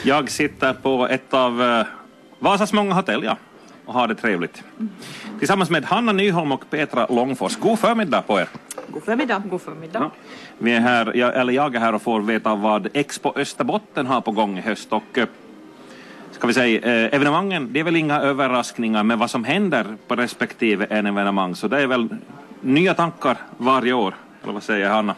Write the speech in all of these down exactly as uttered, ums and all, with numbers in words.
Jag sitter på ett av uh, Vasas många hotell, ja, och har det trevligt. Mm. Tillsammans med Hanna Nyholm och Petra Långfors. God förmiddag på er. God förmiddag. God förmiddag. Ja. Vi är här, jag, eller jag är här och får veta vad Expo Österbotten har på gång i höst. Och uh, ska vi säga, uh, evenemangen, det är väl inga överraskningar med vad som händer på respektive en evenemang. Så det är väl nya tankar varje år. Eller vad säger Hanna?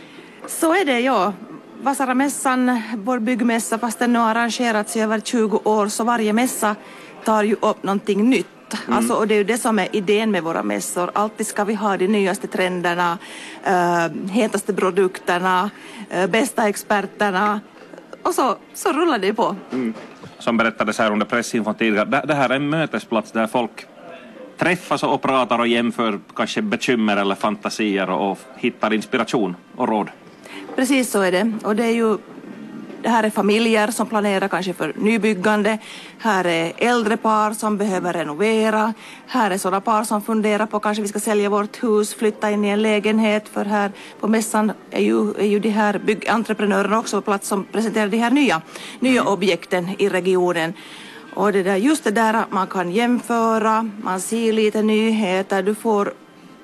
Så är det, ja. Vasaramässan, vår byggmässa, fast den nu har arrangerats i över tjugo år, så varje mässa tar ju upp någonting nytt. Mm. Alltså, och det är ju det som är idén med våra mässor. Alltid ska vi ha de nyaste trenderna, äh, hetaste produkterna, äh, bästa experterna. Och så, så rullar det på. Mm. Som berättades här under pressinfon tidigare, det, det här är en mötesplats där folk träffas och pratar och jämför kanske bekymmer eller fantasier och, och hittar inspiration och råd. Precis så är det. Och det är ju, det här är familjer som planerar kanske för nybyggande. Här är äldre par som behöver renovera. Här är sådana par som funderar på kanske vi ska sälja vårt hus, flytta in i en lägenhet. För här på mässan är ju, är ju de här byggentreprenörerna också på plats som presenterar de här nya, nya objekten i regionen. Och det där, just det där att man kan jämföra, man ser lite nyheter, du får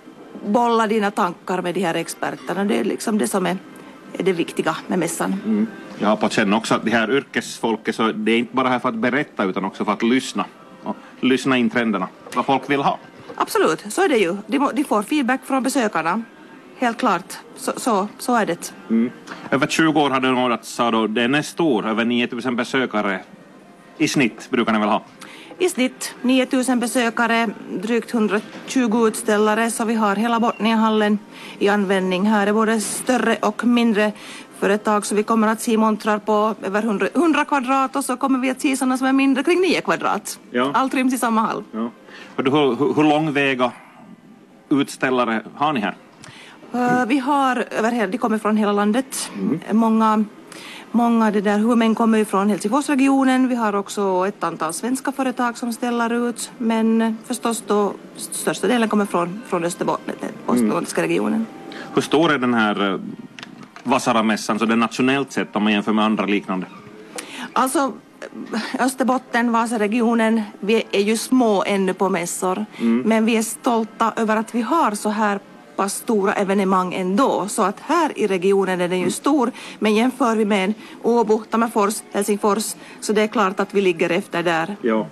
bolla dina tankar med de här experterna. Det är liksom det som är är det viktiga med mässan. Mm. Jag har på känna också att det här yrkesfolket, så det är inte bara här för att berätta utan också för att lyssna. Och lyssna in trenderna, vad folk vill ha. Absolut, så är det ju. De, de får feedback från besökarna. Helt klart, så, så, så är det. Mm. Över tjugo år har det nådats, så då, den är stor, över nio tusen besökare i snitt brukar ni väl ha? I snitt nio tusen besökare, drygt hundratjugo utställare, så vi har hela Botniahallen i användning. Här är både större och mindre företag, så vi kommer att se montrar på över hundra kvadrat och så kommer vi att se sådana som är mindre kring nio kvadrat. Ja. Allt ryms i samma hall. Ja. Och hur, hur, hur långväga utställare har ni här? Uh, vi har över hela, de kommer från hela landet. Mm. Många Många det där huvudmän kommer från Helsingforsregionen. Vi har också ett antal svenska företag som ställer ut. Men förstås då största delen kommer från, från Österbotten, Österbottniska mm. regionen. Hur stor är den här Vasaramässan så det nationellt sett om man jämför med andra liknande? Alltså Österbotten, Vasaregionen, vi är ju små ännu på mässor. Mm. Men vi är stolta över att vi har så här stora evenemang ändå, så att här i regionen är den ju stor, men jämför vi med Åbo, Tammerfors, Helsingfors, så det är klart att vi ligger efter där. Ja.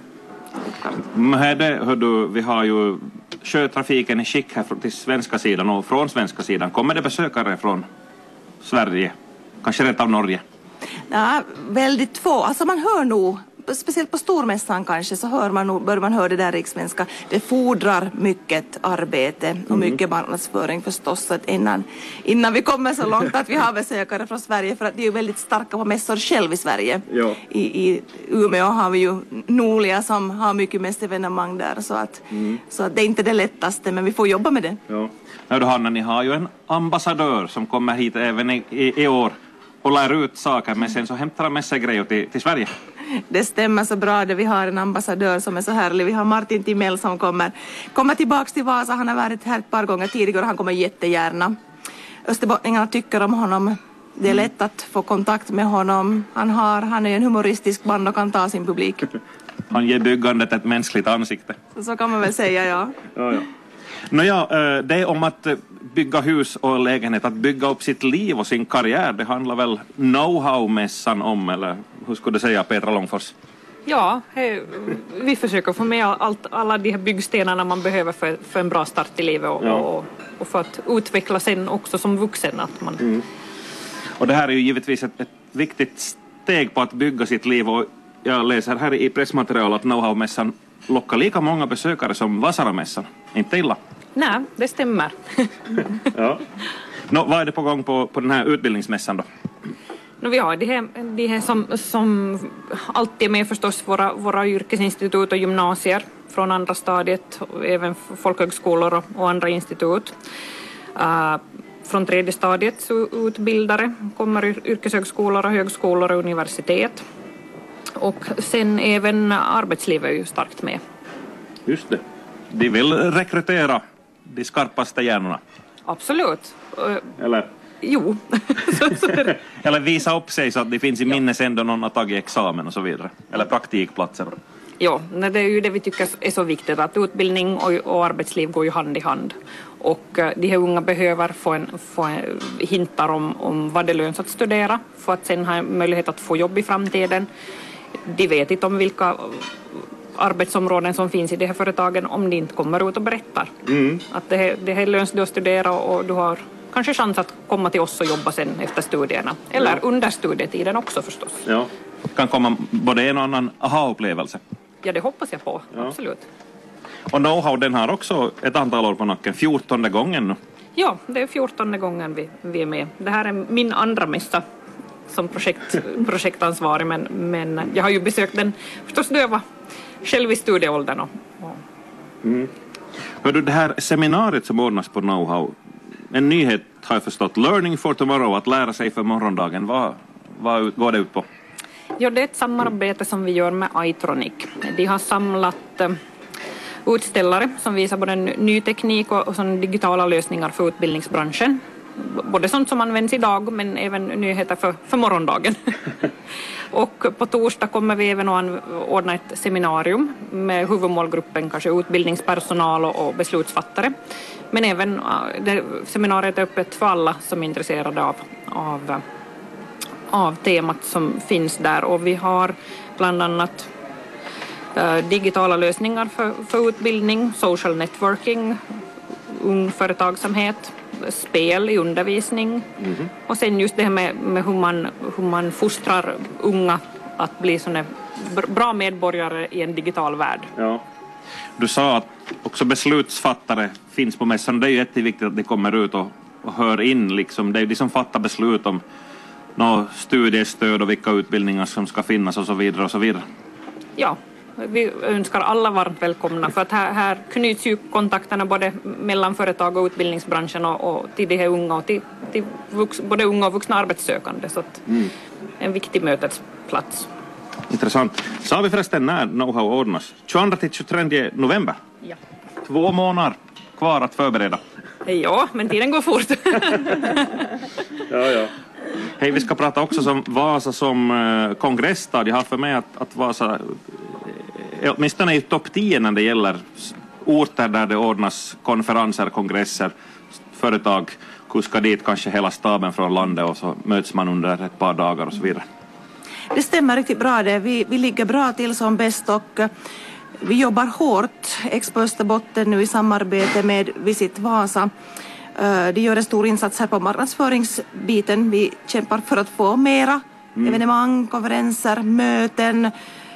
Här det, hör du, vi har ju sjötrafiken i skick här till svenska sidan, och från svenska sidan kommer det besökare från Sverige, kanske rätt av Norge? Ja, väldigt få, alltså man hör nog, speciellt på stormässan kanske, så hör man nog, bör man höra det där riksvenska. Det fordrar mycket arbete och mycket mm. marknadsföring förstås, så att innan, innan vi kommer så långt att vi har besökare från Sverige, för att det är ju väldigt starka på mässor själv i Sverige. Ja. I, I Umeå har vi ju Nolia som har mycket mest evenemang där, så att, mm. så att det är inte det lättaste, men vi får jobba med det. Ja. Ja, då Hanna, ni har ju en ambassadör som kommer hit även i, i, i år och lär ut saker, men sen så hämtar han med sig grejer till, till Sverige. Det stämmer så bra, det vi har en ambassadör som är så härlig. Vi har Martin Timell som kommer, kommer tillbaka till Vasa. Han har varit här ett par gånger tidigare och han kommer jättegärna. Österbottningarna tycker om honom. Det är lätt att få kontakt med honom. Han, har, han är en humoristisk man och kan ta sin publik. Han ger byggandet ett mänskligt ansikte. Så, så kan man väl säga, ja. ja, ja. Nåja, det är om att bygga hus och lägenhet, att bygga upp sitt liv och sin karriär. Det handlar väl know-how-mässan om, eller hur skulle du säga, Petra Långfors? Ja, he, vi försöker få med allt, alla de här byggstenarna man behöver för, för en bra start i livet och, ja. och, och för att utveckla sen också som vuxen. Att man... Mm. Och det här är ju givetvis ett, ett viktigt steg på att bygga sitt liv, och jag läser här i pressmaterial att know-how-mässan lockar lika många besökare som Vasaramässan. Inte illa? Nej, det stämmer. ja. Nå, vad är det på gång på, på den här utbildningsmässan då? No, vi har de här, de här som, som alltid är med förstås, våra, våra yrkesinstitut och gymnasier från andra stadiet, även folkhögskolor och, och andra institut. Uh, från tredje stadiet så utbildare kommer yrkeshögskolor och högskolor och universitet. Och sen även arbetslivet är ju starkt med. Just det. De vill rekrytera de skarpaste hjärnorna. Absolut. Eller? Jo. så, så det... Eller visa upp sig så att det finns i minnes ändå någon har tagit examen och så vidare. Eller praktikplatser. Ja, det är ju det vi tycker är så viktigt, att utbildning och, och arbetsliv går ju hand i hand. Och uh, de här unga behöver få, en, få en, hintar om, om vad det löns att studera för att sen ha möjlighet att få jobb i framtiden. De vet inte om vilka arbetsområden som finns i de här företagen om de inte kommer ut och berättar. Mm. Att det här, det här löns du att studera och du har kanske chans att komma till oss och jobba sen efter studierna. Eller ja. Under studietiden också förstås. Ja, det kan komma både en och annan aha-upplevelse. Ja, det hoppas jag på, ja. Absolut. Och Know-how, den har också ett antal år på nacken, fjortonde gången nu. Ja, det är fjortonde gången vi, vi är med. Det här är min andra mässa som projekt, projektansvarig, men, men jag har ju besökt den förstås då jag var själv i studieåldern. Och, och. Mm. Hör du, det här seminariet som ordnas på Know-how, en nyhet har jag förstått, Learning for Tomorrow, att lära sig för morgondagen, vad, vad går det ut på? Ja, det är ett samarbete som vi gör med iTronic. De har samlat uh, utställare som visar både ny teknik och, och sån digitala lösningar för utbildningsbranschen. Både sånt som används idag men även nyheter för, för morgondagen. Och på torsdag kommer vi även att ordna ett seminarium med huvudmålgruppen, kanske utbildningspersonal och, och beslutsfattare. Men även det, seminariet är öppet för alla som är intresserade av, av, av temat som finns där. Och vi har bland annat uh, digitala lösningar för, för utbildning, social networking, ung företagsamhet, spel i undervisning. Mm-hmm. Och sen just det här med, med hur, man, hur man fostrar unga att bli såna bra medborgare i en digital värld. Ja. Du sa att också beslutsfattare finns på mässan. Det är ju jätteviktigt att det kommer ut och, och hör in. Liksom. Det är de som fattar beslut om nå, studiestöd och vilka utbildningar som ska finnas och så vidare och så vidare. Ja. Vi önskar alla varmt välkomna, för att här, här knyts ju kontakterna både mellan företag och utbildningsbranschen och, och till de här unga och till, till vux, både unga och vuxna arbetssökande, så att mm. en viktig mötesplats. Intressant. Sa vi förresten när Know-how ordnas? tjugoandra till tjugotredje november? Ja. Två månader kvar att förbereda. Ja, men tiden går fort. ja, ja. Hej, vi ska prata också om Vasa som uh, kongressstad. Jag har för mig att, att Vasa åtminstone i topp tio när det gäller orter där det ordnas konferenser, kongresser, företag kuskar dit kanske hela staben från landet och så möts man under ett par dagar och så vidare. Det stämmer riktigt bra det. Vi, vi ligger bra till som bäst och vi jobbar hårt, Expo Österbotten nu i samarbete med Visit Vasa. De gör en stor insats här på marknadsföringsbiten. Vi kämpar för att få mera mm. evenemang, konferenser, möten,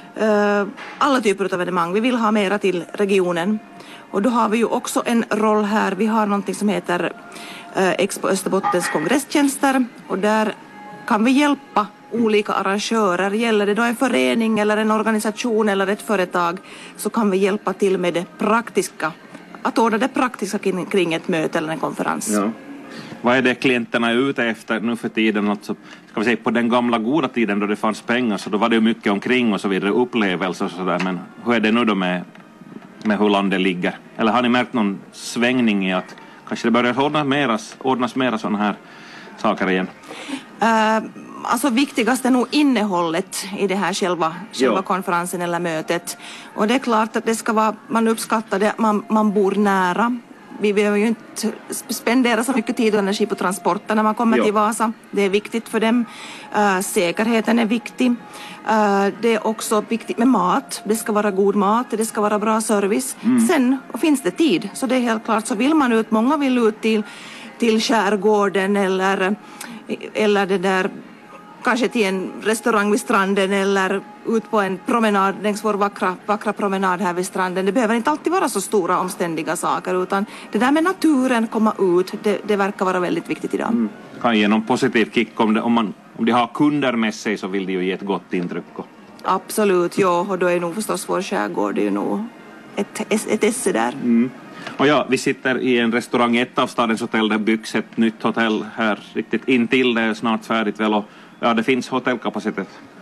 alla typer av evenemang. Vi vill ha mera till regionen. Och då har vi ju också en roll här. Vi har någonting som heter Expo Österbottens kongresstjänster och där kan vi hjälpa olika arrangörer. Gäller det då en förening eller en organisation eller ett företag, så kan vi hjälpa till med det praktiska, att ordna det praktiska kring ett möte eller en konferens. Ja. Vad är det klienterna är ute efter nu för tiden? Alltså, ska vi säga på den gamla goda tiden då det fanns pengar, så då var det ju mycket omkring och så vidare, upplevelser och sådär. Men hur är det nu då med, med hur landet ligger? Eller har ni märkt någon svängning i att kanske det börjar ordnas mera, ordnas mera sådana här saker igen? Uh, alltså viktigast är nog innehållet i det här själva, själva konferensen eller mötet. Och det är klart att det ska vara, man uppskattar det, man, man bor nära. Vi behöver ju inte spendera så mycket tid och energi på transporter när man kommer jo. till Vasa. Det är viktigt för dem. Uh, säkerheten är viktig. Uh, det är också viktigt med mat. Det ska vara god mat, det ska vara bra service. Mm. Sen finns det tid, så det är helt klart. Så vill man ut, många vill ut till, till skärgården eller, eller det där, kanske till en restaurang vid stranden eller ut på en promenad längs vår vackra, vackra promenad här vid stranden. Det behöver inte alltid vara så stora omständiga saker, utan det där med naturen, komma ut, det, det verkar vara väldigt viktigt idag. Mm. Kan ge någon positiv kick om, det, om, man, om de har kunder med sig, så vill de ju ge ett gott intryck. Absolut, ja, och då är nog förstås vår skärgård, det är ju nog ett, ett, ett esse där. Mm. Och ja, vi sitter i en restaurang i ett av stadens hotell, där byggs ett nytt hotell här riktigt intill, det är snart färdigt väl, och ja, det finns hotellkapacitet.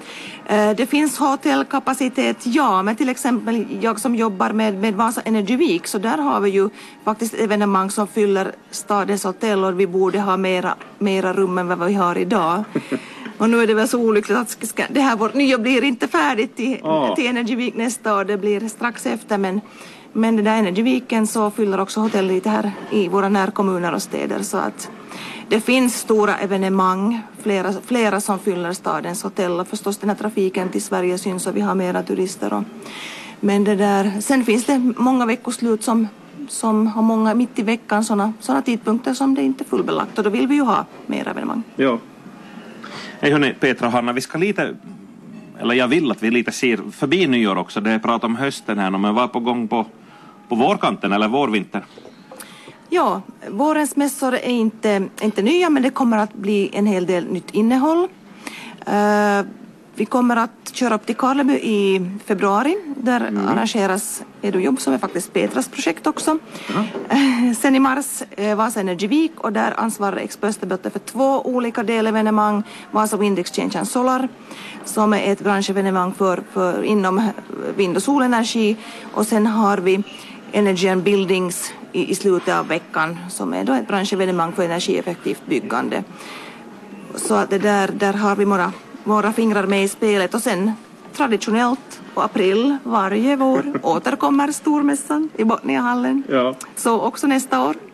Det finns hotellkapacitet, ja, men till exempel jag som jobbar med, med Vasa Energy Week, så där har vi ju faktiskt evenemang som fyller stadens hotell och vi borde ha mera, mera rum än vad vi har idag. Och nu är det väl så olyckligt att ska, det här vårt nya blir inte färdigt till, oh. till Energy Week nästa år, det blir strax efter, men, men den där Energy Weeken så fyller också hotell lite här i våra närkommuner och städer, så att det finns stora evenemang, flera, flera som fyller stadens hotell och förstås den här trafiken till Sverige syns och vi har mera turister. Och, men det där, sen finns det många veckoslut som, som har många mitt i veckan sådana såna tidpunkter som det inte är fullbelagt och då vill vi ju ha mer evenemang. Ja. Hej hörni, Petra och Hanna, vi ska lite, eller jag vill att vi lite ser förbi nyår också, det är prat om hösten här, men var på gång på, på vårkanten eller vårvinter? Ja, vårens mässor är inte, inte nya, men det kommer att bli en hel del nytt innehåll. Uh, vi kommer att köra upp till Karleby i februari. Där mm. arrangeras Edujobb som är faktiskt Petras projekt också. Mm. Uh, sen i mars uh, Vasa Energy Week och där ansvarar Expo Österbotten för två olika delevenemang. Vasa Wind Exchange and Solar som är ett branschevenemang för, för inom vind- och solenergi. Och sen har vi Energy and Buildings i, i slutet av veckan som är då ett branschevenemang för energieffektivt byggande. Så att det där, där har vi våra, våra fingrar med i spelet och sen traditionellt på april varje vår återkommer stormässan i Botniahallen. Ja. Så också nästa år.